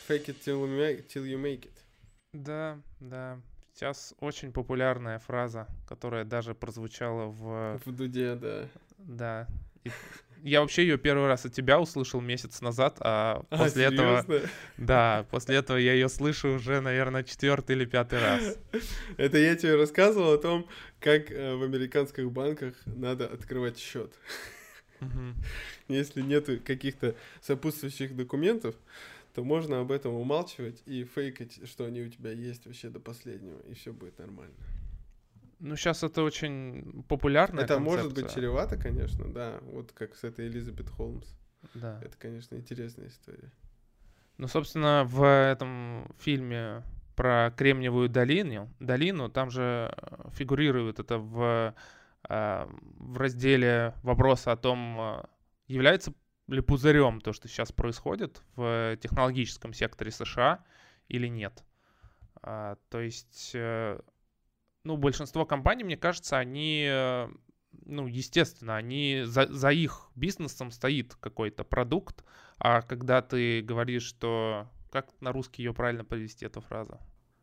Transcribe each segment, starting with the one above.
Fake it till you make it. Да, да. Сейчас очень популярная фраза, которая даже прозвучала в... В Дуде, да. Да. Я вообще ее первый раз от тебя услышал месяц назад, а после этого... Серьезно? Да, после этого я ее слышу уже, наверное, 4-й или 5-й раз. Это я тебе рассказывал о том, как в американских банках надо открывать счет. Если нет каких-то сопутствующих документов, то можно об этом умалчивать и фейкать, что они у тебя есть вообще до последнего, и все будет нормально. Ну, сейчас это очень популярная это концепция. Может быть чревато, конечно, да, вот как с этой Элизабет Холмс. Да. Это, конечно, интересная история. Ну, собственно, в этом фильме про Кремниевую долину, там же фигурирует это в разделе вопроса о том, является ли пузырем то, что сейчас происходит в технологическом секторе США или нет. То есть, ну, большинство компаний, мне кажется, они, ну, естественно, они за их бизнесом стоит какой-то продукт, а когда ты говоришь, что... Как на русский ее правильно перевести, эту фразу?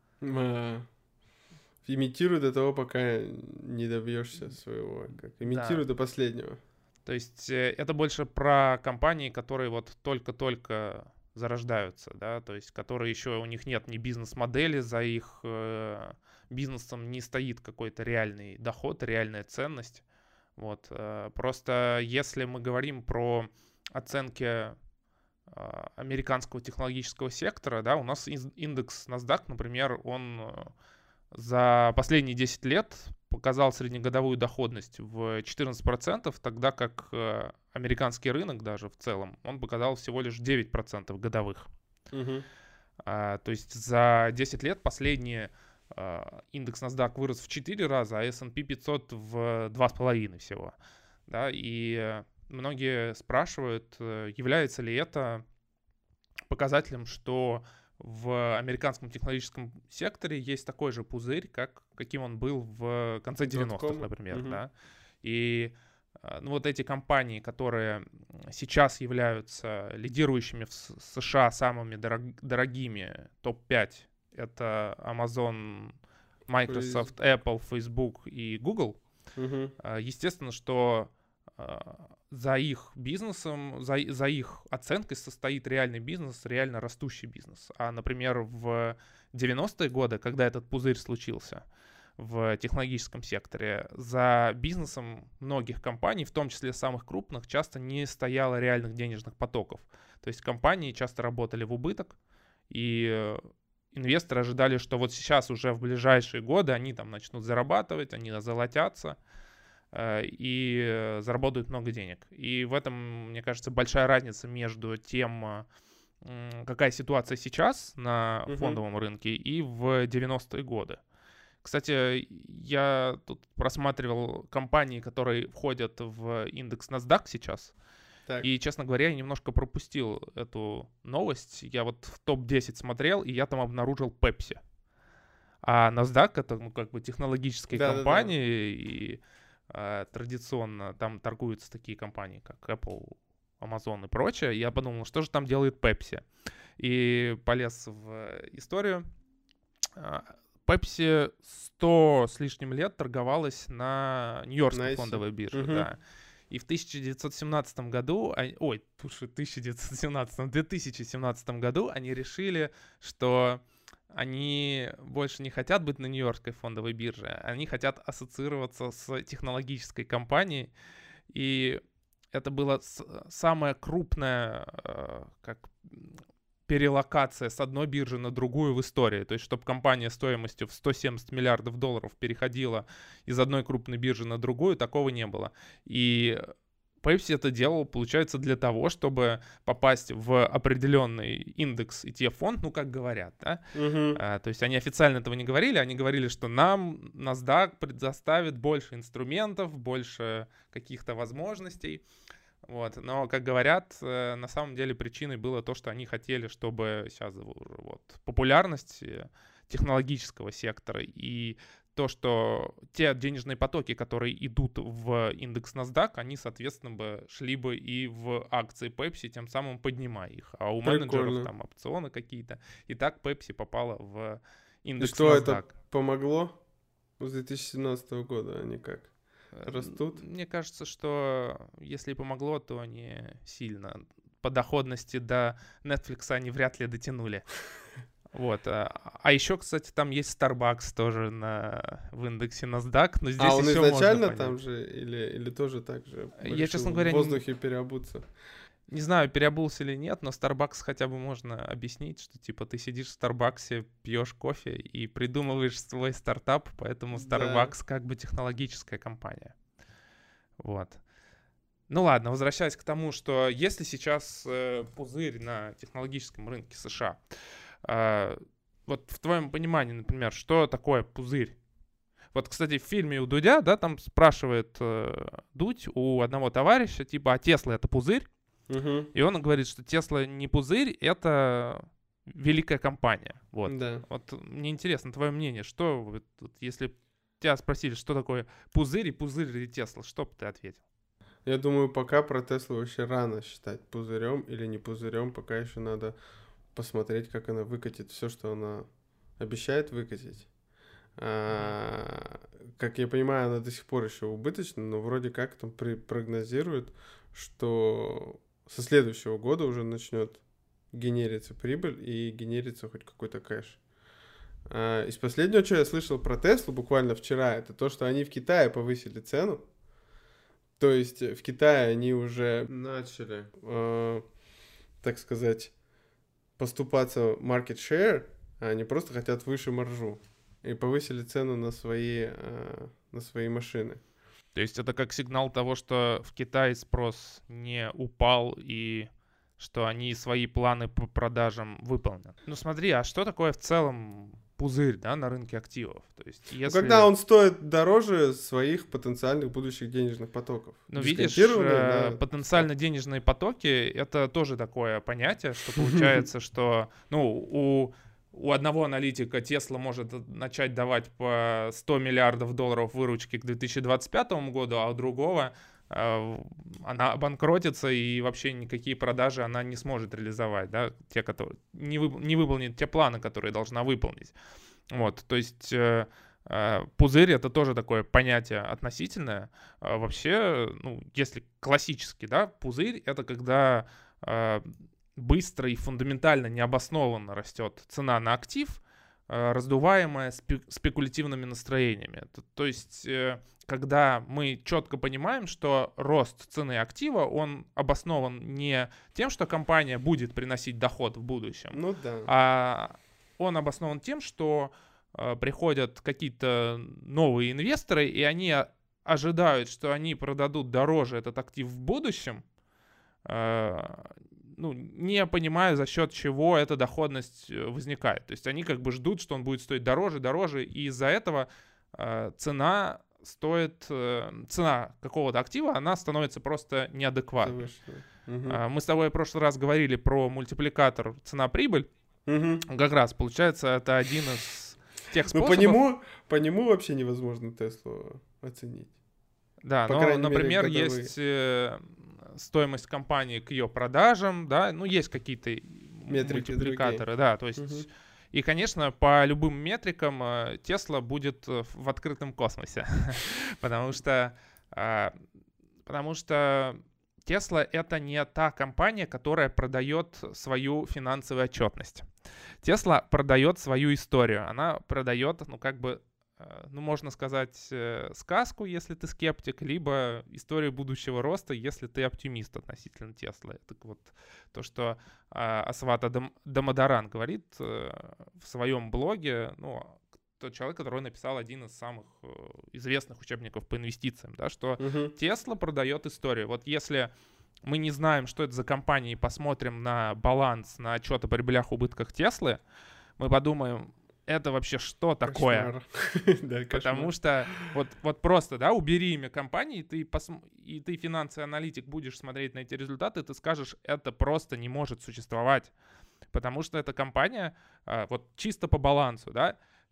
Имитируй до того, пока не добьешься своего. Имитируй до последнего. То есть это больше про компании, которые вот только-только зарождаются, да, то есть которые еще, у них нет ни бизнес-модели, за их бизнесом не стоит какой-то реальный доход, реальная ценность. Вот. Просто если мы говорим про оценки американского технологического сектора, да, у нас индекс NASDAQ, например, он за последние 10 лет показал среднегодовую доходность в 14%, тогда как американский рынок даже в целом, он показал всего лишь 9% годовых. То есть за 10 лет последний индекс NASDAQ вырос в 4 раза, а S&P 500 в 2,5 всего. Да, и многие спрашивают, является ли это показателем, что в американском технологическом секторе есть такой же пузырь, каким он был в конце 90-х, например. Да? И ну, вот эти компании, которые сейчас являются лидирующими в США самыми дорогими, топ-5, это Amazon, Microsoft, Apple, Facebook и Google. Естественно, что за их бизнесом, за их оценкой состоит реальный бизнес, реально растущий бизнес. А, например, в 90-е годы, когда этот пузырь случился в технологическом секторе, за бизнесом многих компаний, в том числе самых крупных, часто не стояло реальных денежных потоков. То есть компании часто работали в убыток, и инвесторы ожидали, что вот сейчас уже в ближайшие годы они там начнут зарабатывать, они озолотятся и заработают много денег. И в этом, мне кажется, большая разница между тем, какая ситуация сейчас на фондовом рынке и в 90-е годы. Кстати, я тут просматривал компании, которые входят в индекс NASDAQ сейчас. Так. И, честно говоря, я немножко пропустил эту новость. Я вот в топ-10 смотрел, и я там обнаружил Pepsi. А NASDAQ — это, ну, как бы технологические компании, и традиционно там торгуются такие компании, как Apple, Amazon и прочее. Я подумал, что же там делает Pepsi. И полез в историю. Pepsi 100 с лишним лет торговалась на Нью-Йоркской фондовой бирже, да. И в 1917 году, в 2017 году они решили, что они больше не хотят быть на Нью-Йоркской фондовой бирже, они хотят ассоциироваться с технологической компанией. И это была самая крупная перелокация с одной биржи на другую в истории. То есть, чтобы компания стоимостью в 170 миллиардов долларов переходила из одной крупной биржи на другую, такого не было. И Pepsi это делал, получается, для того, чтобы попасть в определенный индекс ETF-фонд, ну, как говорят, да? То есть они официально этого не говорили, они говорили, что нам NASDAQ предоставит больше инструментов, больше каких-то возможностей. Вот. Но, как говорят, на самом деле причиной было то, что они хотели, чтобы сейчас вот популярность технологического сектора и то, что те денежные потоки, которые идут в индекс NASDAQ, они, соответственно, шли бы и в акции Pepsi, тем самым поднимая их. А у менеджеров там опционы какие-то. И так Pepsi попала в индекс NASDAQ. И что, это помогло с 2017 года? Они как? Растут? Мне кажется, что если и помогло, то не сильно. По доходности до Netflix они вряд ли дотянули. Вот. А еще, кстати, там есть Starbucks тоже в индексе NASDAQ, но здесь он еще изначально там же или тоже так же? Я, честно говоря, в воздухе переобуться? Не знаю, переобулся или нет, но Starbucks хотя бы можно объяснить, что типа ты сидишь в Старбаксе, пьешь кофе и придумываешь свой стартап, поэтому Starbucks как бы технологическая компания. Вот. Ну ладно, возвращаясь к тому, что если сейчас пузырь на технологическом рынке США, вот в твоем понимании, например, что такое пузырь? Вот, кстати, в фильме у Дудя, да, там спрашивает Дудь у одного товарища, типа, а Тесла это пузырь? И он говорит, что Тесла не пузырь, это великая компания. Вот. Да. Вот мне интересно твое мнение, что, вот, если тебя спросили, что такое пузырь и пузырь или Тесла, что бы ты ответил? Я думаю, пока про Теслу вообще рано считать пузырем или не пузырем, пока еще надо посмотреть, как она выкатит все, что она обещает выкатить. Как я понимаю, она до сих пор еще убыточна, но вроде как там прогнозирует, что со следующего года уже начнет генериться прибыль и генериться хоть какой-то кэш. Из последнего, что я слышал про Теслу буквально вчера, это то, что они в Китае повысили цену. То есть в Китае они уже начали, так сказать, поступаться market share, а они просто хотят выше маржу. И повысили цену на свои машины. То есть это как сигнал того, что в Китае спрос не упал и что они свои планы по продажам выполнят. Ну смотри, а что такое в целом пузырь, да, на рынке активов? То есть, если... когда он стоит дороже своих потенциальных будущих денежных потоков. Ну видишь, потенциально денежные потоки — это тоже такое понятие, что получается, что у одного аналитика Tesla может начать давать по $100 миллиардов выручки к 2025 году, а у другого она обанкротится и вообще никакие продажи она не сможет реализовать, да, те, которые не выполнит те планы, которые должна выполнить. Вот, то есть пузырь — это тоже такое понятие относительное. Вообще, если классически, да, пузырь — это когда быстро и фундаментально необоснованно растет цена на актив, раздуваемая спекулятивными настроениями. То есть, когда мы четко понимаем, что рост цены актива, он обоснован не тем, что компания будет приносить доход в будущем, а он обоснован тем, что приходят какие-то новые инвесторы, и они ожидают, что они продадут дороже этот актив в будущем, не понимая, за счет чего эта доходность возникает. То есть они как бы ждут, что он будет стоить дороже, и из-за этого цена какого-то актива, она становится просто неадекватной. Мы с тобой в прошлый раз говорили про мультипликатор цена-прибыль. Как раз, получается, это один из тех способов... По нему вообще невозможно Теслу оценить. Да, например, есть стоимость компании к ее продажам, да, есть какие-то мультипликаторы, да, то есть, и, конечно, по любым метрикам Tesla будет в открытом космосе, потому что Tesla — это не та компания, которая продает свою финансовую отчетность. Tesla продает свою историю, она продает, можно сказать, сказку, если ты скептик, либо историю будущего роста, если ты оптимист относительно Tesla. Это вот то, что Асвата Дамадаран говорит в своем блоге, тот человек, который написал один из самых известных учебников по инвестициям, да, что Tesla продает историю. Вот если мы не знаем, что это за компания, и посмотрим на баланс, на отчет о прибылях и убытках Tesla, мы подумаем, это вообще что такое? Потому что вот просто, да, убери имя компании, и ты финансовый аналитик будешь смотреть на эти результаты, ты скажешь, это просто не может существовать. Потому что эта компания, вот чисто по балансу, да,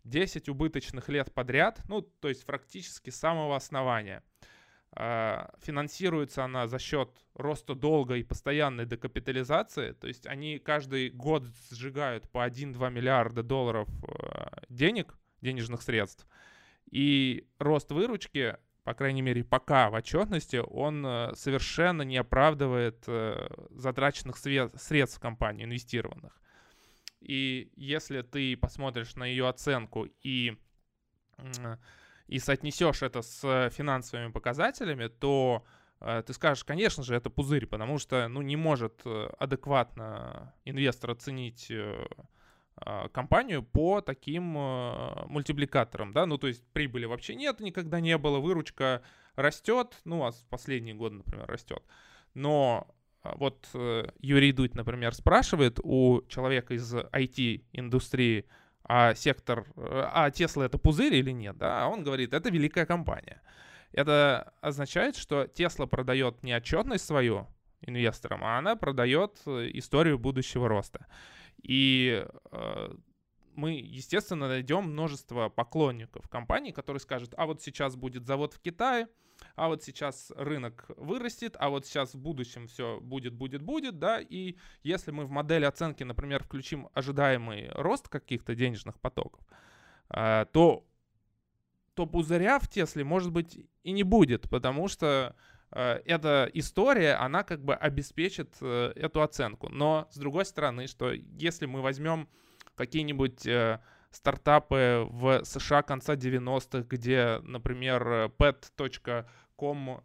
10 убыточных лет подряд, ну, то есть практически с самого основания. Финансируется она за счет роста долга и постоянной декапитализации, то есть они каждый год сжигают по 1-2 миллиарда долларов денежных средств, и рост выручки, по крайней мере, пока в отчетности, он совершенно не оправдывает затраченных средств компании, инвестированных. И если ты посмотришь на ее оценку и соотнесешь это с финансовыми показателями, то ты скажешь, конечно же, это пузырь, потому что не может адекватно инвестор оценить компанию по таким мультипликаторам, да, то есть прибыли вообще нет, никогда не было, выручка растет, а в последние годы, например, растет, но вот Юрий Дудь, например, спрашивает у человека из IT-индустрии, а Tesla это пузырь или нет, да, а он говорит, это великая компания. Это означает, что Tesla продает не отчетность свою инвесторам, а она продает историю будущего роста. И мы, естественно, найдем множество поклонников компании, которые скажут, а вот сейчас будет завод в Китае, а вот сейчас рынок вырастет, а вот сейчас в будущем все будет, да, и если мы в модели оценки, например, включим ожидаемый рост каких-то денежных потоков, то пузыря в Тесле, может быть, и не будет, потому что эта история, она как бы обеспечит эту оценку. Но, с другой стороны, что если мы возьмем какие-нибудь стартапы в США конца 90-х, где, например, pet.com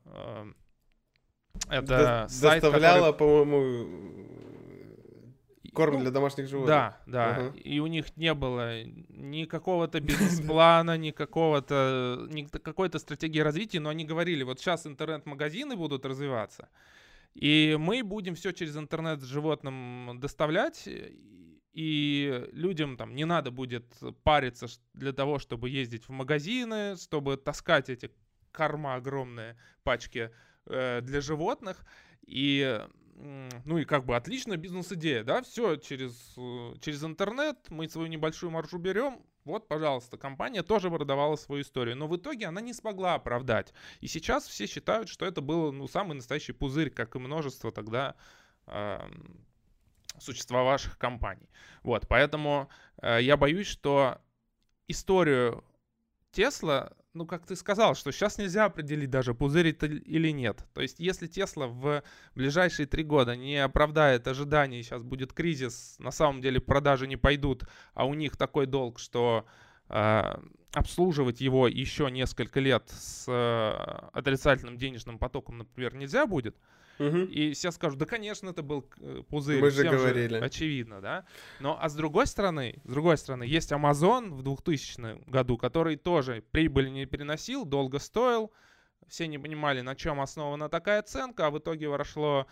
это сайт, доставляла, по-моему, корм для домашних животных. Да. И у них не было ни какого-то бизнес-плана, ни какой-то стратегии развития, но они говорили, вот сейчас интернет-магазины будут развиваться, и мы будем все через интернет животным доставлять, и людям там не надо будет париться для того, чтобы ездить в магазины, чтобы таскать эти корма огромные пачки для животных. И как бы отличная бизнес-идея, да, все через интернет, мы свою небольшую маржу берем, вот, пожалуйста, компания тоже продавала свою историю, но в итоге она не смогла оправдать. И сейчас все считают, что это был, самый настоящий пузырь, как и множество тогда существовавших компаний. Вот, поэтому я боюсь, что историю Tesla, как ты сказал, что сейчас нельзя определить даже, пузырь это или нет. То есть если Tesla в ближайшие 3 года не оправдает ожиданий, сейчас будет кризис, на самом деле продажи не пойдут, а у них такой долг, что обслуживать его еще несколько лет с отрицательным денежным потоком, например, нельзя будет, и все скажут, да, конечно, это был пузырь. Мы же говорили. Очевидно, да. А с другой стороны, есть Amazon в 2000 году, который тоже прибыль не переносил, долго стоил. Все не понимали, на чем основана такая оценка, а в итоге прошло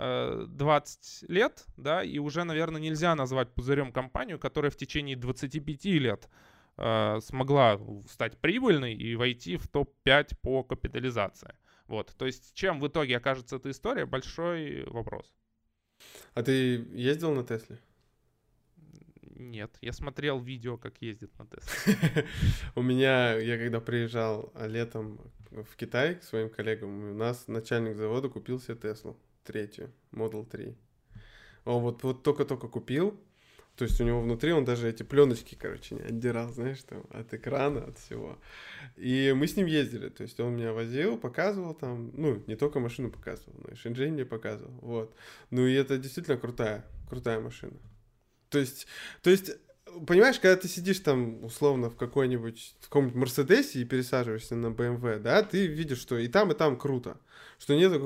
20 лет, да, и уже, наверное, нельзя назвать пузырем компанию, которая в течение 25 лет смогла стать прибыльной и войти в топ-5 по капитализации. Вот, то есть чем в итоге окажется эта история, большой вопрос. А ты ездил на Тесле? Нет, я смотрел видео, как ездит на Тесле. Я когда приезжал летом в Китай к своим коллегам, у нас начальник завода купил себе Теслу, 3-ю, Model 3. Он вот только-только купил. То есть у него внутри он даже эти пленочки, не отдирал, знаешь, там, от экрана, от всего. И мы с ним ездили, то есть он меня возил, показывал там, не только машину показывал, но и Шэньчжэнь мне показывал, вот. И это действительно крутая машина. То есть, понимаешь, когда ты сидишь там, условно, в каком-нибудь Мерседесе и пересаживаешься на BMW, да, ты видишь, что и там круто, что нету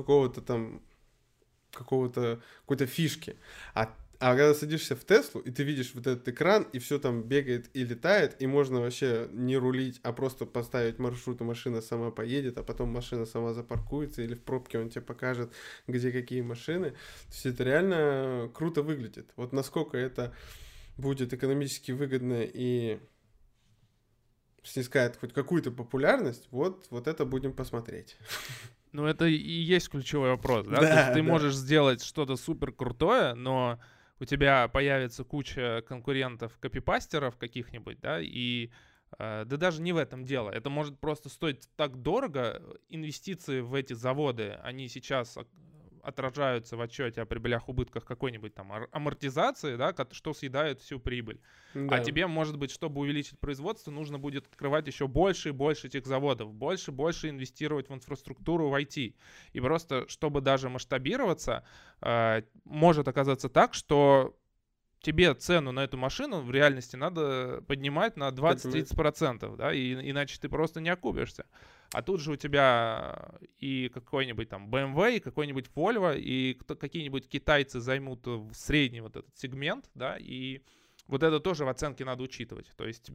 какой-то фишки. А когда садишься в Теслу, и ты видишь вот этот экран, и все там бегает и летает, и можно вообще не рулить, а просто поставить маршрут, и машина сама поедет, а потом машина сама запаркуется, или в пробке он тебе покажет, где какие машины. То есть это реально круто выглядит. Вот насколько это будет экономически выгодно и снискает хоть какую-то популярность, вот это будем посмотреть. Это и есть ключевой вопрос, да? То есть ты можешь сделать что-то супер крутое, но у тебя появится куча конкурентов-копипастеров каких-нибудь, да, и Да даже не в этом дело. Это может просто стоить так дорого. Инвестиции в эти заводы, они сейчас отражаются в отчете о прибылях, убытках какой-нибудь там амортизации, да, что съедает всю прибыль. А Да. тебе, может быть, чтобы увеличить производство, нужно будет открывать еще больше и больше этих заводов, больше инвестировать в инфраструктуру, в IT. И просто, чтобы даже масштабироваться, может оказаться так, что тебе цену на эту машину в реальности надо поднимать на 20-30%, да, иначе ты просто не окупишься. А тут же у тебя и какой-нибудь там BMW, и какой-нибудь Volvo, и какие-нибудь китайцы займут средний вот этот сегмент, да, и вот это тоже в оценке надо учитывать. То есть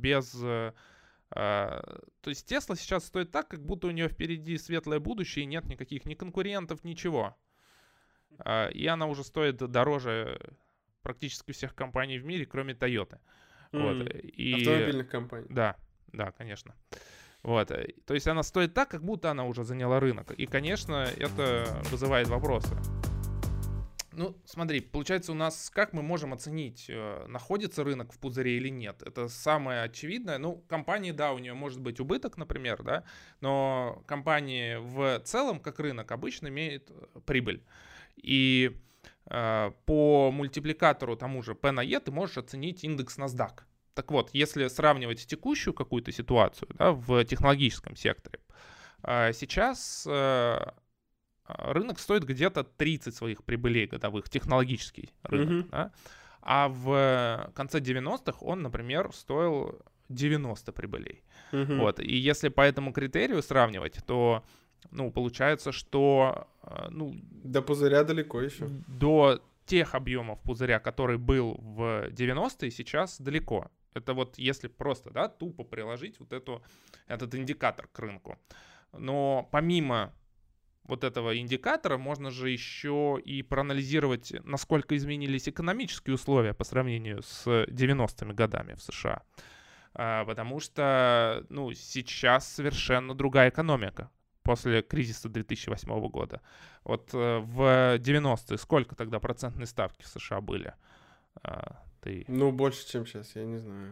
то есть Tesla сейчас стоит так, как будто у нее впереди светлое будущее, и нет никаких ни конкурентов, ничего. И она уже стоит дороже практически всех компаний в мире, кроме Toyota. Вот. И... Автомобильных компаний. Да, конечно. Вот. То есть она стоит так, как будто она уже заняла рынок. И, конечно, это вызывает вопросы. Ну, смотри, получается у нас, как мы можем оценить, находится рынок в пузыре или нет? Это самое очевидное. Ну, компании, да, у нее может быть убыток, например, да, но компании в целом, как рынок, обычно имеют прибыль. И по мультипликатору тому же P на E ты можешь оценить индекс NASDAQ. Так вот, если сравнивать текущую какую-то ситуацию, да, в технологическом секторе, сейчас рынок стоит где-то 30 своих прибылей годовых, технологический рынок. Да? А в конце 90-х он, например, стоил 90 прибылей. Вот. И если по этому критерию сравнивать, то получается, что... до пузыря далеко еще. До тех объемов пузыря, который был в 90-е, сейчас далеко. Это вот если просто, да, тупо приложить вот этот индикатор к рынку. Но помимо вот этого индикатора можно же еще и проанализировать, насколько изменились экономические условия по сравнению с 90-ми годами в США. Потому что, сейчас совершенно другая экономика после кризиса 2008 года. Вот в 90-е сколько тогда процентные ставки в США были? Больше, чем сейчас, я не знаю.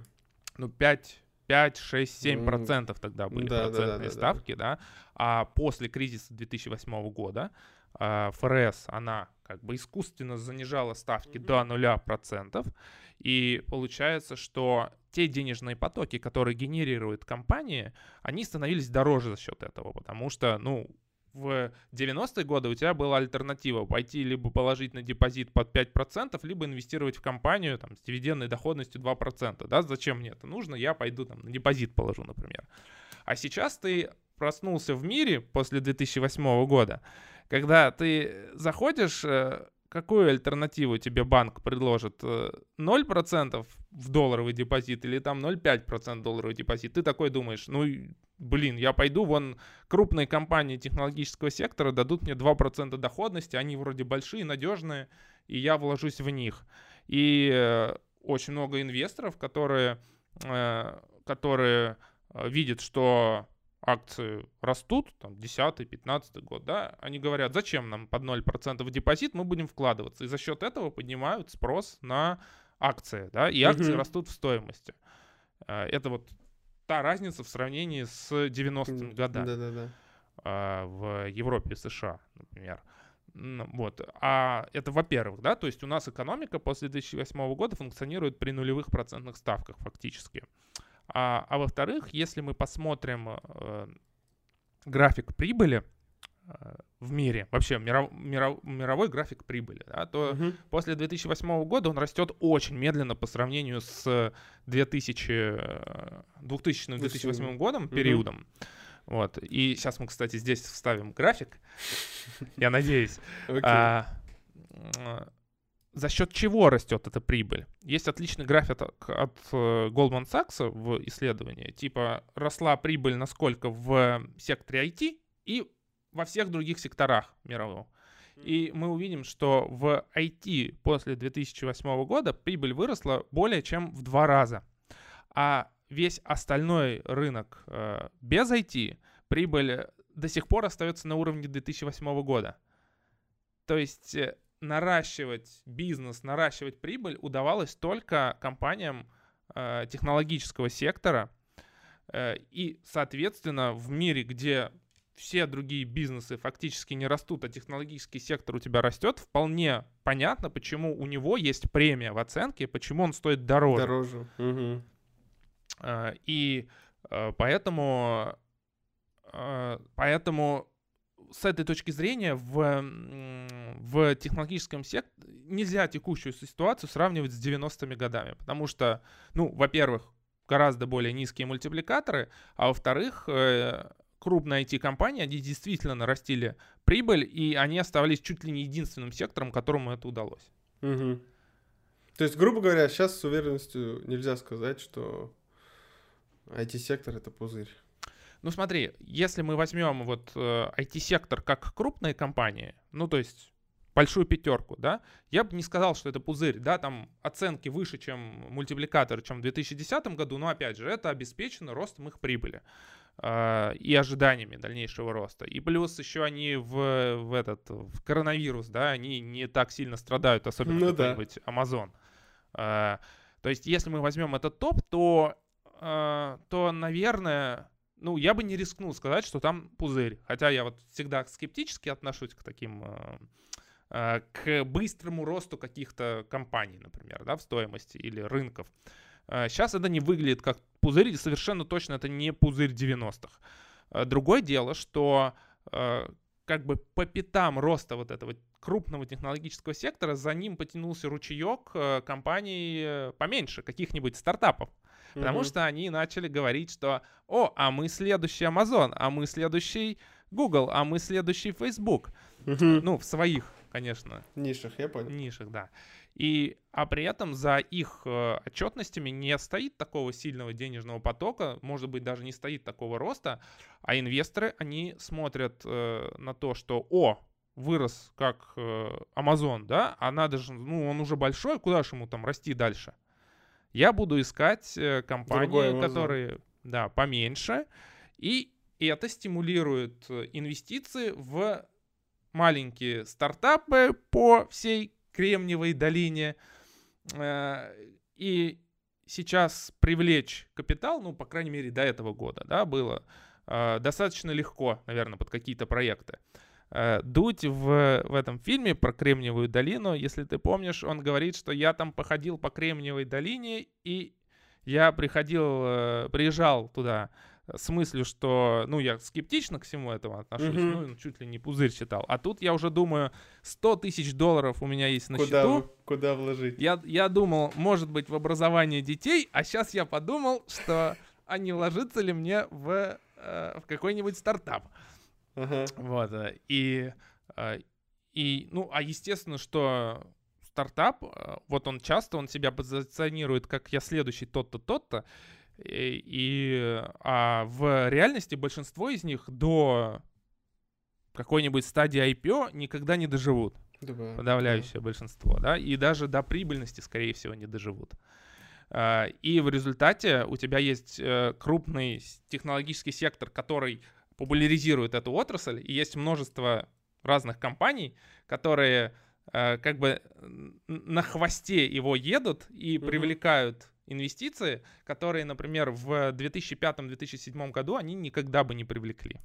5, 6, 7% тогда были процентные ставки, да. А после кризиса 2008 года ФРС, она как бы искусственно занижала ставки до 0%. И получается, что те денежные потоки, которые генерируют компании, они становились дороже за счет этого, потому что, в 90-е годы у тебя была альтернатива пойти либо положить на депозит под 5%, либо инвестировать в компанию там, с дивидендной доходностью 2%. Да? Зачем мне это нужно? Я пойду там, на депозит положу, например. А сейчас ты проснулся в мире после 2008 года, когда ты заходишь, какую альтернативу тебе банк предложит? 0% в долларовый депозит или там 0,5% долларовый депозит? Ты такой думаешь, я пойду, вон крупные компании технологического сектора дадут мне 2% доходности, они вроде большие, надежные, и я вложусь в них. И очень много инвесторов, которые видят, что акции растут, там, 10-15 год, да, они говорят, зачем нам под 0% в депозит, мы будем вкладываться. И за счет этого поднимают спрос на акции, да, и акции растут в стоимости. Это вот та разница в сравнении с 90-ми годами в Европе и США, например. Вот. А это, во-первых, да, то есть у нас экономика после 2008 года функционирует при нулевых процентных ставках фактически. А во-вторых, если мы посмотрим график прибыли в мире, вообще мировой график прибыли, да, то после 2008 года он растет очень медленно по сравнению с 2000-2008 годом, периодом. Вот. И сейчас мы, кстати, здесь вставим график, я надеюсь. За счет чего растет эта прибыль? Есть отличный график от Goldman Sachs в исследовании. Типа росла прибыль насколько в секторе IT и во всех других секторах мирового. И мы увидим, что в IT после 2008 года прибыль выросла более чем в 2 раза. А весь остальной рынок без IT, прибыль до сих пор остается на уровне 2008 года. То есть наращивать бизнес, наращивать прибыль удавалось только компаниям технологического сектора, И, соответственно, в мире, где все другие бизнесы фактически не растут, а технологический сектор у тебя растет, вполне понятно, почему у него есть премия в оценке, почему он стоит дороже. Дороже. Угу. И поэтому с этой точки зрения в технологическом секторе нельзя текущую ситуацию сравнивать с 90-ми годами, потому что, ну, во-первых, гораздо более низкие мультипликаторы, а во-вторых, крупные IT-компании, они действительно нарастили прибыль, и они оставались чуть ли не единственным сектором, которому это удалось. Угу. То есть, грубо говоря, сейчас с уверенностью нельзя сказать, что IT-сектор — это пузырь. Ну смотри, если мы возьмем вот IT-сектор как крупные компании, ну то есть большую пятерку, да, я бы не сказал, что это пузырь, да, там оценки выше, чем мультипликаторы, чем в 2010 году, но опять же, это обеспечено ростом их прибыли и ожиданиями дальнейшего роста. И плюс еще они в коронавирус, да, они не так сильно страдают, особенно какой-нибудь Amazon. То есть если мы возьмем этот топ, то наверное... Ну, я бы не рискнул сказать, что там пузырь. Хотя я вот всегда скептически отношусь к таким, к быстрому росту каких-то компаний, например, да, в стоимости или рынков. Сейчас это не выглядит как пузырь, и совершенно точно это не пузырь 90-х. Другое дело, что как бы по пятам роста вот этого крупного технологического сектора за ним потянулся ручеек компаний поменьше, каких-нибудь стартапов. Потому что они начали говорить, что а мы следующий Amazon, а мы следующий Google, а мы следующий Facebook. Ну, в своих, конечно. Нишах, я понял. Нишах, да. А при этом за их отчетностями не стоит такого сильного денежного потока, может быть, даже не стоит такого роста, а инвесторы, они смотрят на то, что, вырос как Amazon, да, а надо же, ну, он уже большой, куда же ему там расти дальше? Я буду искать компании, которые, да, поменьше, и это стимулирует инвестиции в маленькие стартапы по всей Кремниевой долине. И сейчас привлечь капитал, ну, по крайней мере, до этого года, да, было достаточно легко, наверное, под какие-то проекты. Дудь в этом фильме про Кремниевую долину, если ты помнишь, он говорит, что я там походил по Кремниевой долине, и я приезжал туда с мыслью, что, ну, я скептично к всему этому отношусь, ну, чуть ли не пузырь считал. А тут я уже думаю, $100 тысяч у меня есть на счету. Куда вложить? Я думал, может быть, в образование детей, а сейчас я подумал, что а не ложится ли мне в какой-нибудь стартап. Вот, ну, а естественно, что стартап, вот он себя позиционирует как я следующий тот-то, тот-то, а в реальности большинство из них до какой-нибудь стадии IPO никогда не доживут. Подавляющее большинство, да, и даже до прибыльности, скорее всего, не доживут. И в результате у тебя есть крупный технологический сектор, который популяризирует эту отрасль, и есть множество разных компаний, которые как бы на хвосте его едут и привлекают инвестиции, которые, например, в 2005-2007 году они никогда бы не привлекли.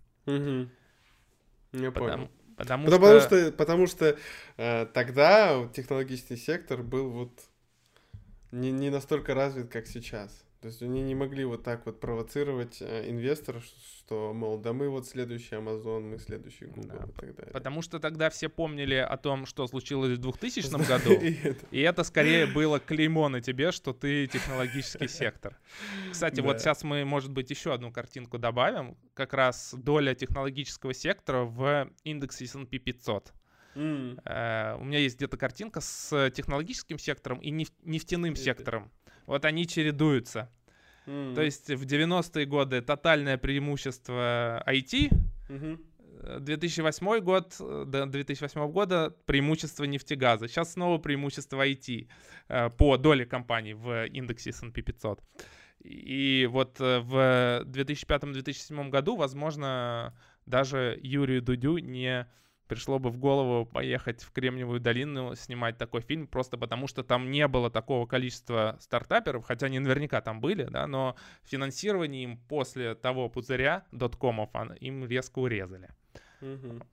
Я понял. Потому что тогда технологический сектор был вот не настолько развит, как сейчас. То есть они не могли вот так вот провоцировать инвесторов, что, мол, да мы вот следующий Amazon, мы следующий Google, да, и так далее. Потому что тогда все помнили о том, что случилось в 2000 году, и это скорее было клеймо на тебе, что ты технологический сектор. Кстати, вот сейчас мы, может быть, еще одну картинку добавим. Как раз доля технологического сектора в индексе S&P 500. У меня есть где-то картинка с технологическим сектором и нефтяным сектором. Вот они чередуются. То есть в 90-е годы тотальное преимущество IT, 2008 год, до 2008 года преимущество нефтегаза. Сейчас снова преимущество IT по доле компаний в индексе S&P 500. И вот в 2005-2007 году, возможно, даже Юрию Дудю не пришло бы в голову поехать в Кремниевую долину, снимать такой фильм, просто потому что там не было такого количества стартаперов, хотя они наверняка там были, да, но финансирование им после того пузыря доткомов им резко урезали. Мгм.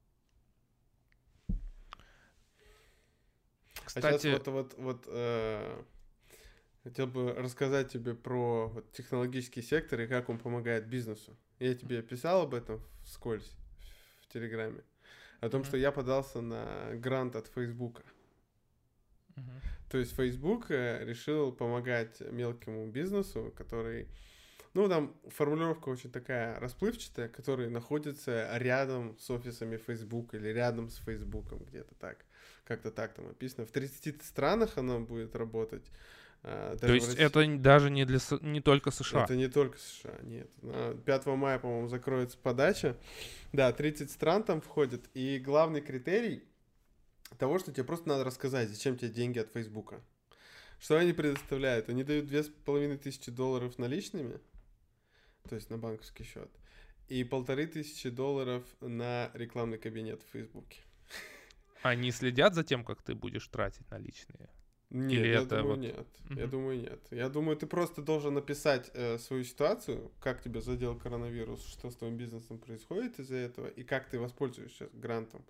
А сейчас Кстати, хотел бы рассказать тебе про вот технологический сектор и как он помогает бизнесу. Я тебе писал об этом вскользь в Телеграме. О том, мгм, что я подался на грант от Фейсбука. мгм. То есть Facebook решил помогать мелкому бизнесу, который, ну, там формулировка очень такая расплывчатая, который находится рядом с офисами Facebook или рядом с Фейсбуком, где-то так. Как-то так там описано. В 30 странах оно будет работать. То Даже в есть России. это даже не только США. Это не только США, нет. 5 мая, по-моему, закроется подача. Да, 30 стран там входит. И главный критерий того, что тебе просто надо рассказать, зачем тебе деньги от Фейсбука. Что они предоставляют? Они дают $2500 наличными, то есть на банковский счет, и $1500 на рекламный кабинет в Фейсбуке. Они следят за тем, как ты будешь тратить наличные? Нет, Или я это думаю, вот... нет. Я Мгм. думаю, нет. Я думаю, ты просто должен написать свою ситуацию, как тебя задел коронавирус, что с твоим бизнесом происходит из-за этого, и как ты воспользуешься грантом.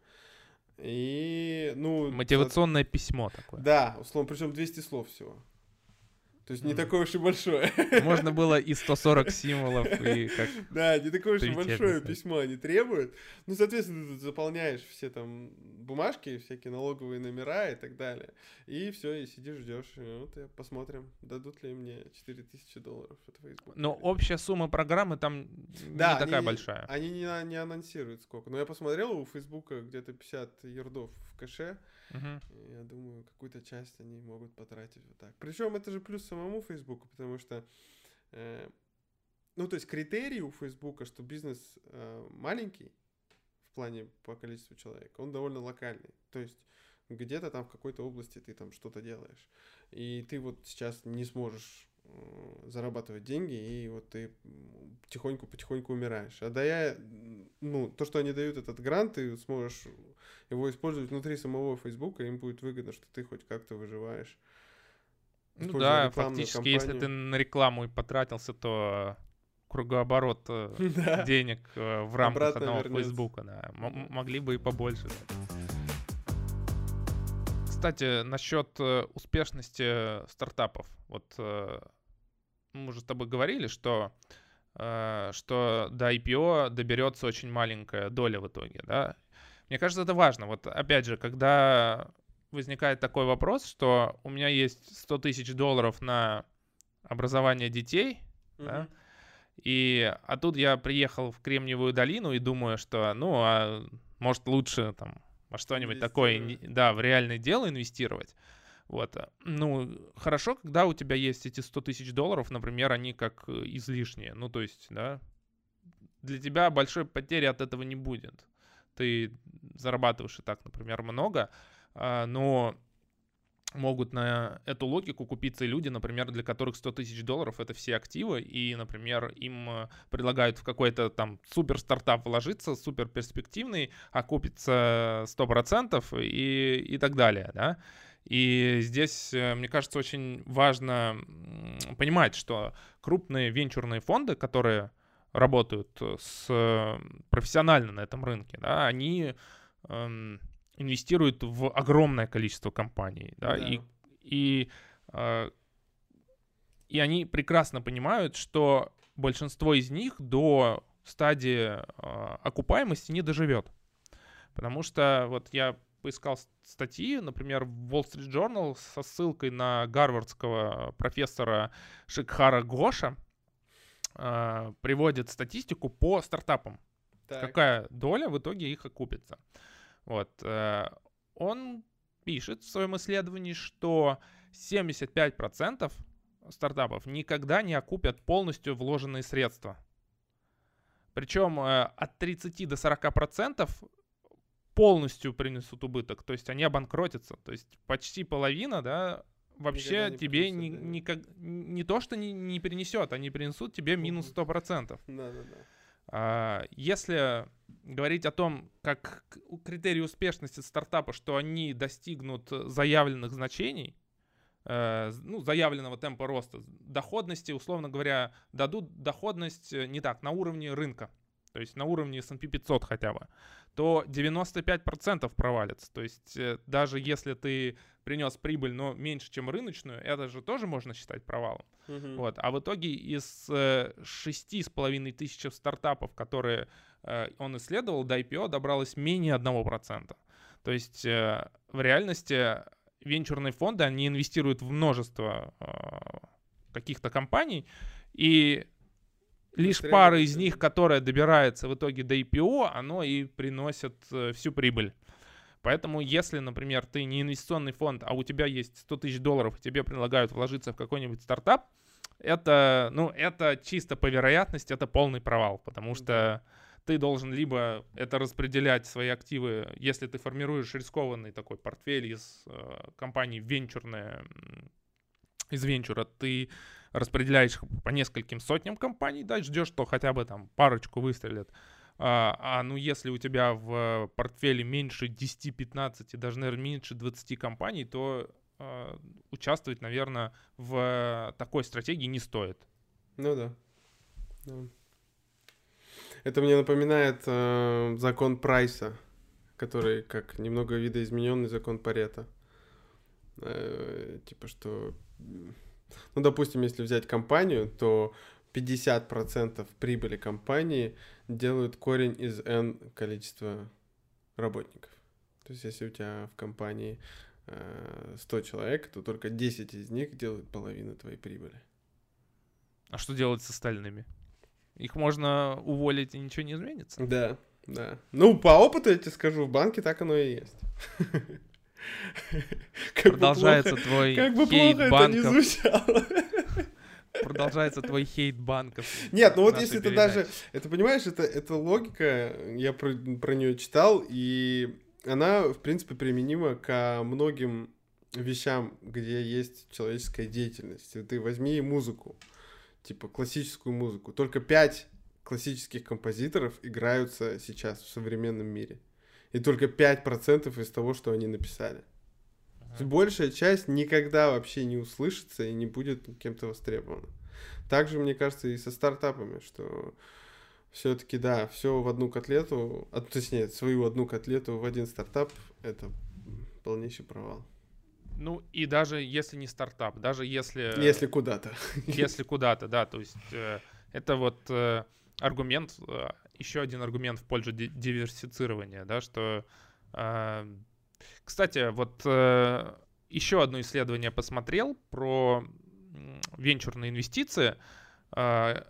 И, ну, Мотивационное письмо такое. да, условно, причем 200 слов всего. То есть не Мгм. такое уж и большое. Можно было и 140 символов, и как Да, не такое уж и tweet большое описать. письмо они требуют. Ну, соответственно, ты тут заполняешь все там бумажки, всякие налоговые номера и так далее. И все, и сидишь, ждешь. И вот посмотрим, дадут ли мне $4000 от Facebook. Но общая сумма программы там Да, не такая большая. они не анонсируют сколько. Но я посмотрел, у Фейсбука где-то 50 ярдов в кэше. Мгм. И я думаю, какую-то часть они могут потратить вот так. Причем это же плюс самому Фейсбуку, потому что, ну, то есть критерий у Фейсбука, что бизнес маленький в плане по количеству человек, он довольно локальный. То есть где-то там в какой-то области ты там что-то делаешь. И ты вот сейчас не сможешь зарабатывать деньги, и вот ты потихоньку умираешь. А дая, ну, то, что они дают этот грант, ты сможешь его использовать внутри самого Фейсбука, им будет выгодно, что ты хоть как-то выживаешь, Ну используя да, рекламную фактически, если ты кампанию. на рекламу и потратился, то кругооборот Да, денег в рамках обратно одного вернется. Фейсбука, да. Да. Могли бы и побольше дать. Кстати, насчет успешности стартапов. Вот мы уже с тобой говорили, что до IPO доберется очень маленькая доля в итоге, да. Мне кажется, это важно. Вот опять же, когда возникает такой вопрос, что у меня есть $100 000 на образование детей, да, Мгм. а тут я приехал в Кремниевую долину и думаю, что, ну, а может лучше там во что-нибудь такое, Инвестирую. да, в реальное дело инвестировать. Вот. Ну, хорошо, когда у тебя есть эти $100 000, например, они как излишние. Ну, то есть, да, для тебя большой потери от этого не будет. Ты зарабатываешь и так, например, много, но могут на эту логику купиться и люди, например, для которых $100 000 это все активы, и, например, им предлагают в какой-то там супер стартап вложиться, супер перспективный, окупится 100% и так далее, да. И здесь, мне кажется, очень важно понимать, что крупные венчурные фонды, которые работают профессионально на этом рынке, да, они инвестируют в огромное количество компаний, да, Да. и, э, и они прекрасно понимают, что большинство из них до стадии окупаемости не доживет. Потому что вот я поискал статьи, например, в Wall Street Journal со ссылкой на гарвардского профессора Шикхара Гоша приводит статистику по стартапам. Так. Какая доля в итоге их окупится. Вот. Он пишет в своем исследовании, что 75% стартапов никогда не окупят полностью вложенные средства. Причем от 30 до 40% полностью принесут убыток, то есть они обанкротятся. То есть почти половина, да, вообще Не тебе принесет, не то, что не перенесет, они принесут тебе минус 100%. да. Если говорить о том, как критерий успешности стартапа, что они достигнут заявленных значений, заявленного темпа роста, доходности, условно говоря, дадут доходность не так, на уровне рынка, то есть на уровне S&P 500 хотя бы, то 95% провалится. То есть даже если ты принес прибыль, но меньше, чем рыночную, это же тоже можно считать провалом. Вот. А в итоге из 6,5 тысяч стартапов, которые он исследовал, до IPO добралось менее 1%. То есть в реальности венчурные фонды, они инвестируют в множество каких-то компаний, и лишь пара из них, которая добирается в итоге до IPO, оно и приносит всю прибыль. Поэтому, если, например, ты не инвестиционный фонд, а у тебя есть $100 тысяч, и тебе предлагают вложиться в какой-нибудь стартап, это чисто по вероятности, это полный провал, потому что ты должен либо это распределять свои активы, если ты формируешь рискованный такой портфель из компаний из венчура, ты распределяешь их по нескольким сотням компаний, да, ждешь, что хотя бы там парочку выстрелят. Если у тебя в портфеле меньше 10-15, даже, наверное, меньше 20 компаний, то участвовать, наверное, в такой стратегии не стоит. Ну да. Это мне напоминает закон Прайса, который как немного видоизмененный закон Парето. Что... допустим, если взять компанию, то 50% прибыли компании делают корень из N количества работников. То есть, если у тебя в компании 100 человек, то только 10 из них делают половину твоей прибыли. А что делать с остальными? Их можно уволить, и ничего не изменится? Да. По опыту я тебе скажу, в банке так оно и есть. Продолжается твой хейт банков. Продолжается твой хейт банков. Нет, если ты даже... Это, понимаешь, это логика, я про нее читал, и она, в принципе, применима ко многим вещам, где есть человеческая деятельность. Ты возьми музыку, классическую музыку. Только 5 классических композиторов играются сейчас в современном мире. И только 5% из того, что они написали. Большая часть никогда вообще не услышится и не будет кем-то востребована. Также, мне кажется, и со стартапами, что все-таки, да, все в одну котлету, свою одну котлету в один стартап, это полнейший провал. И даже если не стартап, даже если... Если куда-то. Если куда-то, да, то есть это аргумент, еще один аргумент в пользу диверсифицирования, да, что... Кстати, еще одно исследование посмотрел про венчурные инвестиции. Cambridge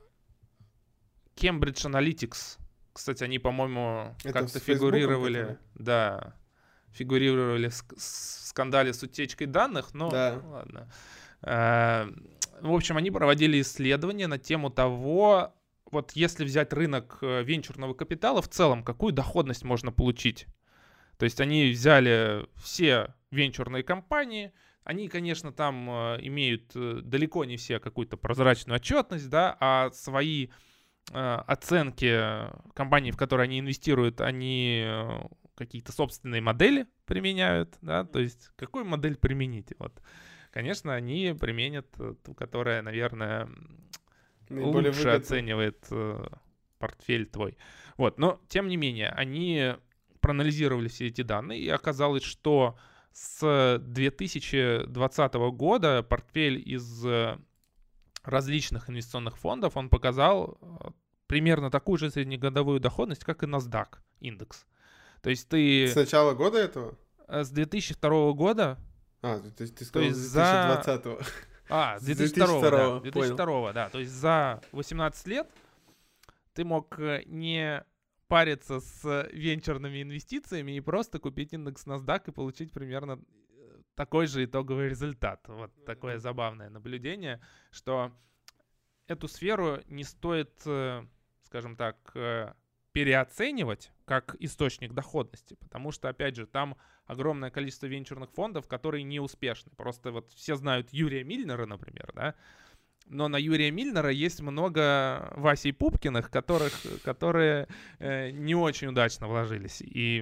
Analytics, кстати, они, по-моему, как-то фигурировали. Да, фигурировали в скандале с утечкой данных, но ладно. В общем, они проводили исследование на тему того, если взять рынок венчурного капитала в целом, какую доходность можно получить. То есть они взяли все венчурные компании, они, конечно, там имеют далеко не все какую-то прозрачную отчетность, да, а свои оценки компаний, в которые они инвестируют, они какие-то собственные модели применяют, да, то есть какую модель применить? Конечно, они применят ту, которая, наверное, наиболее лучше оценивает портфель твой. Но, тем не менее, они проанализировали все эти данные, и оказалось, что с 2020 года портфель из различных инвестиционных фондов, он показал примерно такую же среднегодовую доходность, как и NASDAQ индекс. То есть ты... С начала года этого? С 2002 года. Ты сказал с 2020-го. С 2002, да. 2002, да. То есть за 18 лет ты мог не париться с венчурными инвестициями и просто купить индекс NASDAQ и получить примерно такой же итоговый результат. Такое забавное наблюдение, что эту сферу не стоит, скажем так, переоценивать как источник доходности, потому что, опять же, там огромное количество венчурных фондов, которые не успешны. Просто все знают Юрия Мильнера, например, да, Но на Юрия Мильнера есть много Васей Пупкиных, которые не очень удачно вложились. И,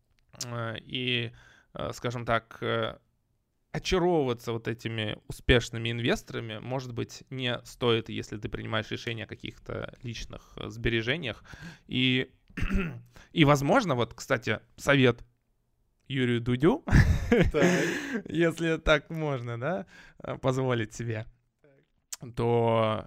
скажем так, очаровываться вот этими успешными инвесторами, может быть, не стоит, если ты принимаешь решение о каких-то личных сбережениях. И, возможно, вот, кстати, совет Юрию Дудю, если так можно, да, позволить себе, то,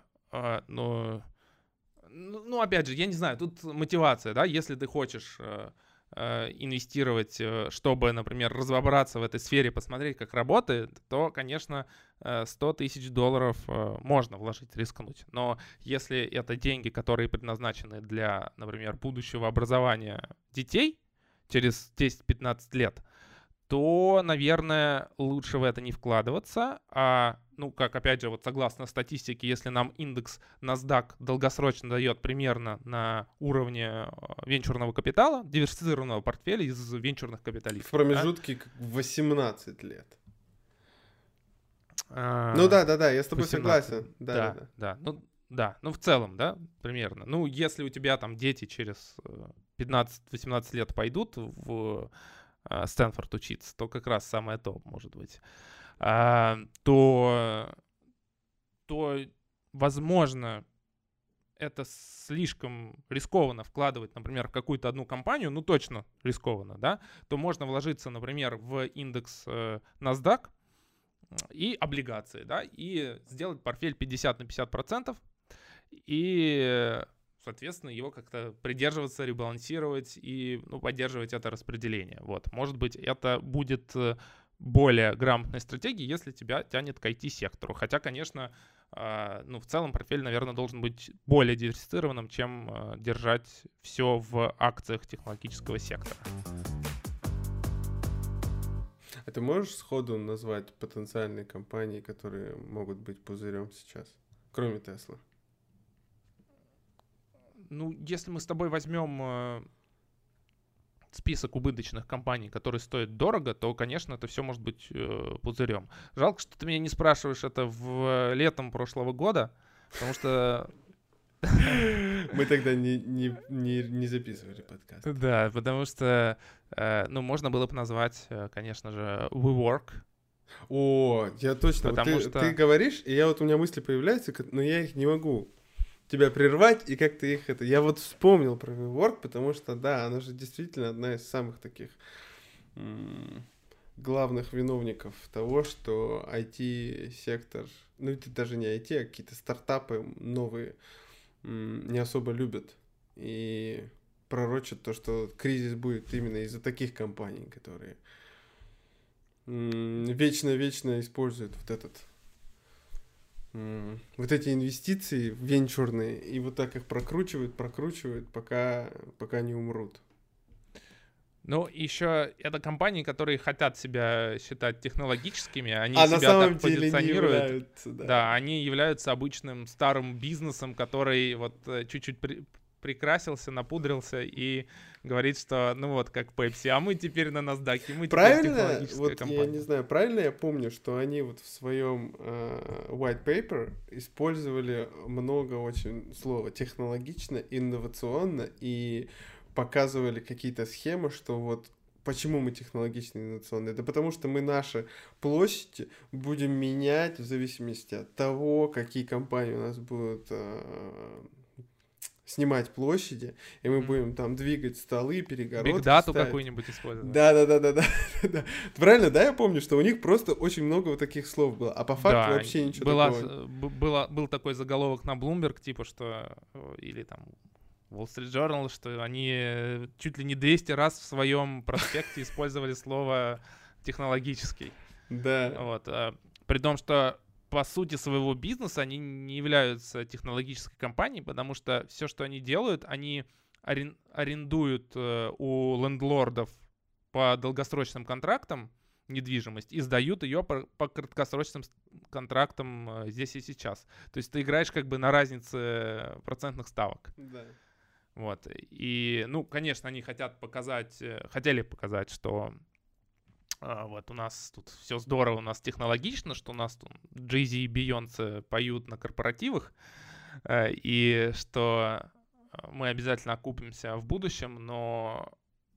опять же, я не знаю, тут мотивация, да, если ты хочешь инвестировать, чтобы, например, разобраться в этой сфере, посмотреть, как работает, то, конечно, $100 тысяч можно вложить, рискнуть. Но если это деньги, которые предназначены для, например, будущего образования детей через 10-15 лет, то, наверное, лучше в это не вкладываться. Как, опять же, вот согласно статистике, если нам индекс NASDAQ долгосрочно дает примерно на уровне венчурного капитала, диверсифицированного портфеля из венчурных капиталистов. В промежутке 18 лет. Да, я с тобой 18. согласен. Да. В целом, да, примерно. Если у тебя там дети через 15-18 лет пойдут в Стэнфорд учиться, то как раз самое то, может быть, то, возможно, это слишком рискованно вкладывать, например, в какую-то одну компанию, точно рискованно, да, то можно вложиться, например, в индекс NASDAQ и облигации, да, и сделать портфель 50/50%, и соответственно, его как-то придерживаться, ребалансировать и поддерживать это распределение. Вот. Может быть, это будет более грамотной стратегией, если тебя тянет к IT-сектору. Хотя, конечно, в целом портфель, наверное, должен быть более диверсифицированным, чем держать все в акциях технологического сектора. А ты можешь сходу назвать потенциальные компании, которые могут быть пузырем сейчас, кроме Tesla? Если мы с тобой возьмем список убыточных компаний, которые стоят дорого, то, конечно, это все может быть пузырем. Жалко, что ты меня не спрашиваешь это летом прошлого года, потому что... Мы тогда не записывали подкаст. Да, потому что, можно было бы назвать, конечно же, WeWork. О, я точно. Ты говоришь, и у меня мысли появляются, но я их не могу тебя прервать, и как-то их это... Я вот вспомнил про WeWork, потому что, да, она же действительно одна из самых таких главных виновников того, что IT-сектор, это даже не IT, а какие-то стартапы новые не особо любят. И пророчат то, что кризис будет именно из-за таких компаний, которые вечно используют вот эти инвестиции венчурные, и вот так их прокручивают, пока не умрут. Еще это компании, которые хотят себя считать технологическими, они на себя самом так деле позиционируют. Не являются, да. Да, они являются обычным старым бизнесом, который чуть-чуть прикрасился, напудрился и говорит, что как Pepsi, а мы теперь на NASDAQ, мы теперь технологическая компания. Я не знаю, правильно я помню, что они в своем white paper использовали много очень слова технологично, инновационно, и показывали какие-то схемы, что почему мы технологично инновационные? Это потому что мы наши площади будем менять в зависимости от того, какие компании у нас будут снимать площади, и мы будем там двигать столы, перегородки. Бигдату какую-нибудь использовать. Да. Правильно, да, я помню, что у них просто очень много таких слов было, а по факту вообще ничего такого. Был такой заголовок на Bloomberg, типа, что, или там Wall Street Journal, что они чуть ли не 200 раз в своем проспекте использовали слово технологический. Да. При том, что по сути своего бизнеса они не являются технологической компанией, потому что все, что они делают, они арендуют у лендлордов по долгосрочным контрактам недвижимость и сдают ее по краткосрочным контрактам здесь и сейчас. То есть ты играешь как бы на разнице процентных ставок. Да. И, конечно, они хотели показать, что Вот у нас тут все здорово, у нас технологично, что у нас тут Jay-Z и Beyoncé поют на корпоративах, и что мы обязательно окупимся в будущем, но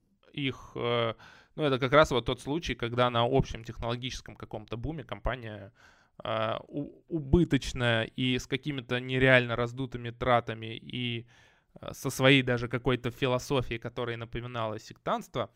это как раз вот тот случай, когда на общем технологическом каком-то буме компания убыточная и с какими-то нереально раздутыми тратами и со своей даже какой-то философией, которая напоминала сектантство,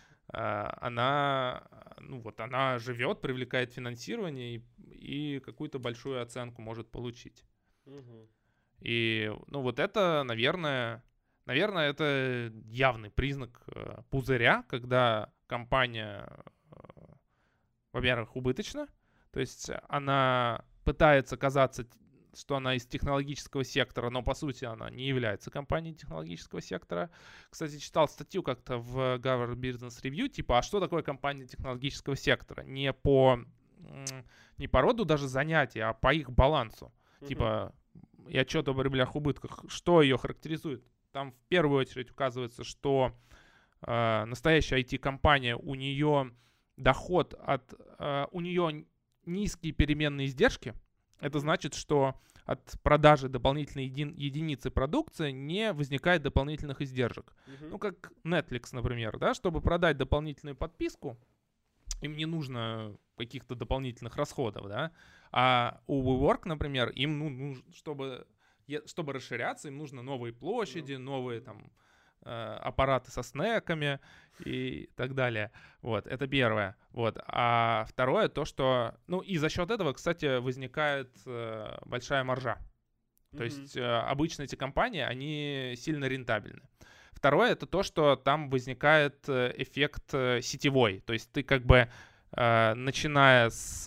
она живет, привлекает финансирование и какую-то большую оценку может получить. Угу. И, вот это, наверное, это явный признак пузыря, когда компания, во-первых, убыточна, то есть она пытается казаться, что она из технологического сектора, но по сути она не является компанией технологического сектора. Кстати, читал статью как-то в Harvard Business Review, типа, а что такое компания технологического сектора? Не по роду даже занятий, а по их балансу. Типа, и отчет об прибылях убытках. Что ее характеризует? Там в первую очередь указывается, что настоящая IT-компания, у нее доход у нее низкие переменные издержки. Это значит, что от продажи дополнительной единицы продукции не возникает дополнительных издержек. Ну, как Netflix, например, да, чтобы продать дополнительную подписку, им не нужно каких-то дополнительных расходов, да. А у WeWork, например, им нужно, чтобы расширяться, им нужно новые площади, новые там аппараты со снеками и так далее. Вот, это первое. Вот. А второе, то, что... и за счет этого, кстати, возникает большая маржа. То есть обычно эти компании, они сильно рентабельны. Второе, это то, что там возникает эффект сетевой. То есть ты как бы, начиная с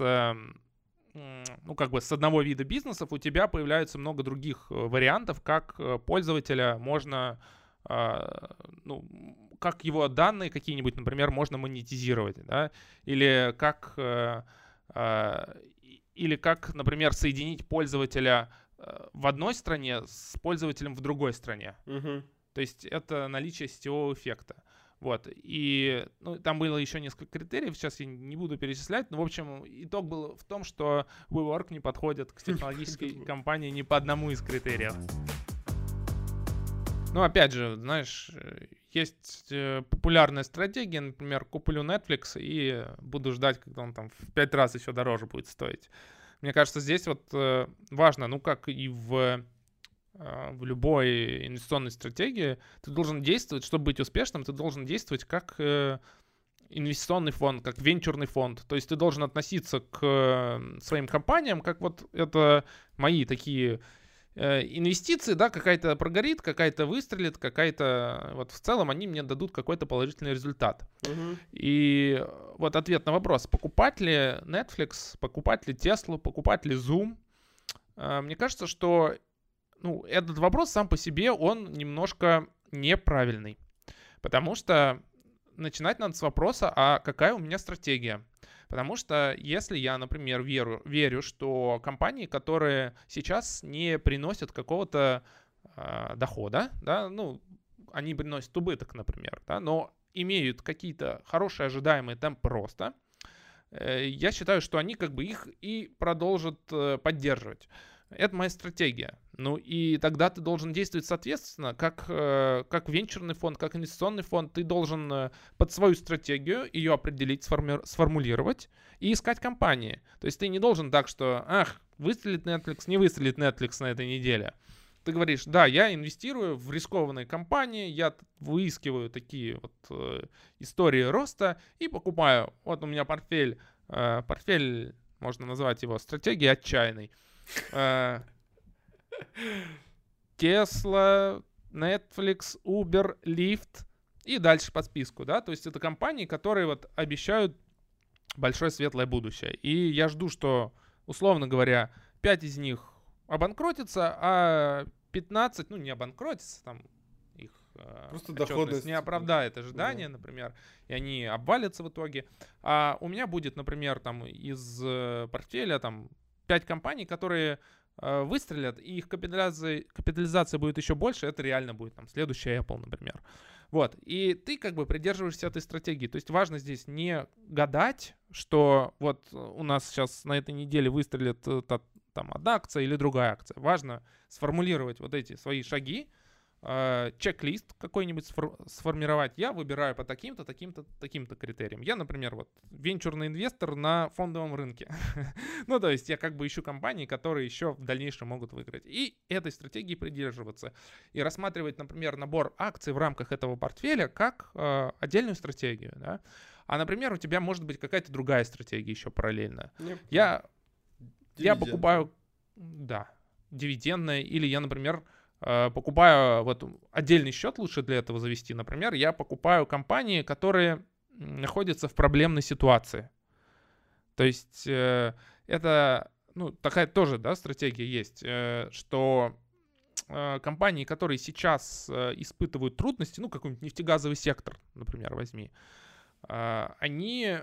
одного вида бизнесов, у тебя появляется много других вариантов, как пользователя можно... как его данные какие-нибудь, например, можно монетизировать, да, или как, например, соединить пользователя в одной стране с пользователем в другой стране. То есть это наличие сетевого эффекта. Вот. И там было еще несколько критериев, сейчас я не буду перечислять, но, в общем, итог был в том, что WeWork не подходит к технологической компании ни по одному из критериев. Опять же, знаешь, есть популярная стратегия, например, куплю Netflix и буду ждать, когда он там в 5 раз еще дороже будет стоить. Мне кажется, здесь вот важно, как и в любой инвестиционной стратегии, ты должен действовать, чтобы быть успешным, ты должен действовать как инвестиционный фонд, как венчурный фонд. То есть ты должен относиться к своим компаниям, как вот это мои такие... инвестиции, да, какая-то прогорит, какая-то выстрелит, какая-то... Вот в целом они мне дадут какой-то положительный результат. И вот ответ на вопрос, покупать ли Netflix, покупать ли Tesla, покупать ли Zoom, мне кажется, что этот вопрос сам по себе, он немножко неправильный. Потому что начинать надо с вопроса, а какая у меня стратегия? Потому что если я, например, верю, что компании, которые сейчас не приносят какого-то дохода, да, они приносят убыток, например, да, но имеют какие-то хорошие ожидаемые темпы роста, я считаю, что они как бы их и продолжат поддерживать. Это моя стратегия. И тогда ты должен действовать соответственно, как венчурный фонд, как инвестиционный фонд. Ты должен под свою стратегию ее определить, сформулировать и искать компании. То есть ты не должен так, что, выстрелит Netflix, не выстрелит Netflix на этой неделе. Ты говоришь, да, я инвестирую в рискованные компании, я выискиваю такие вот истории роста и покупаю. Вот у меня портфель, можно назвать его стратегией отчаянной. Tesla, Netflix, Uber, Lyft и дальше по списку, да, то есть это компании, которые вот обещают большое светлое будущее. И я жду, что, условно говоря, 5 из них обанкротятся, а 15, не обанкротятся, там их просто доходность не оправдает ожидания, например, и они обвалятся в итоге. А у меня будет, например, там из портфеля там 5 компаний, которые выстрелят, и их капитализация будет еще больше, это реально будет там следующая Apple, например. Вот, и ты как бы придерживаешься этой стратегии. То есть важно здесь не гадать, что вот у нас сейчас на этой неделе выстрелит там одна акция или другая акция. Важно сформулировать вот эти свои шаги, чек-лист какой-нибудь сформировать. Я выбираю по таким-то, таким-то, таким-то критериям. Я, например, вот венчурный инвестор на фондовом рынке. Ну, то есть я как бы ищу компании, которые еще в дальнейшем могут выиграть. И этой стратегии придерживаться. И рассматривать, например, набор акций в рамках этого портфеля как отдельную стратегию. Да? А, например, у тебя может быть какая-то другая стратегия еще параллельно. Я покупаю, да, дивидендная, или я, например, покупаю вот отдельный счет, лучше для этого завести. Например, я покупаю компании, которые находятся в проблемной ситуации. То есть это, ну, такая тоже, да, стратегия есть, что компании, которые сейчас испытывают трудности, ну, какой-нибудь нефтегазовый сектор, например, возьми, они...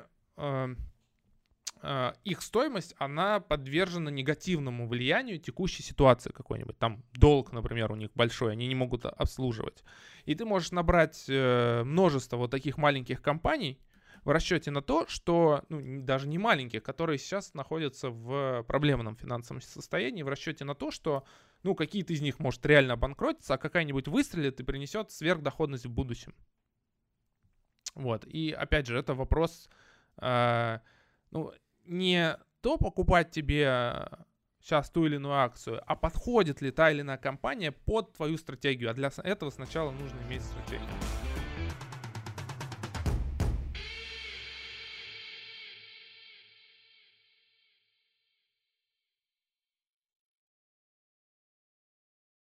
их стоимость, она подвержена негативному влиянию текущей ситуации какой-нибудь. Там долг, например, у них большой, они не могут обслуживать. И ты можешь набрать множество вот таких маленьких компаний в расчете на то, что, ну, даже не маленьких, которые сейчас находятся в проблемном финансовом состоянии, в расчете на то, что, ну, какие-то из них, может, реально обанкротиться, а какая-нибудь выстрелит и принесет сверхдоходность в будущем. Вот. И, опять же, это вопрос... ну, не то покупать тебе сейчас ту или иную акцию, а подходит ли та или иная компания под твою стратегию. А для этого сначала нужно иметь стратегию.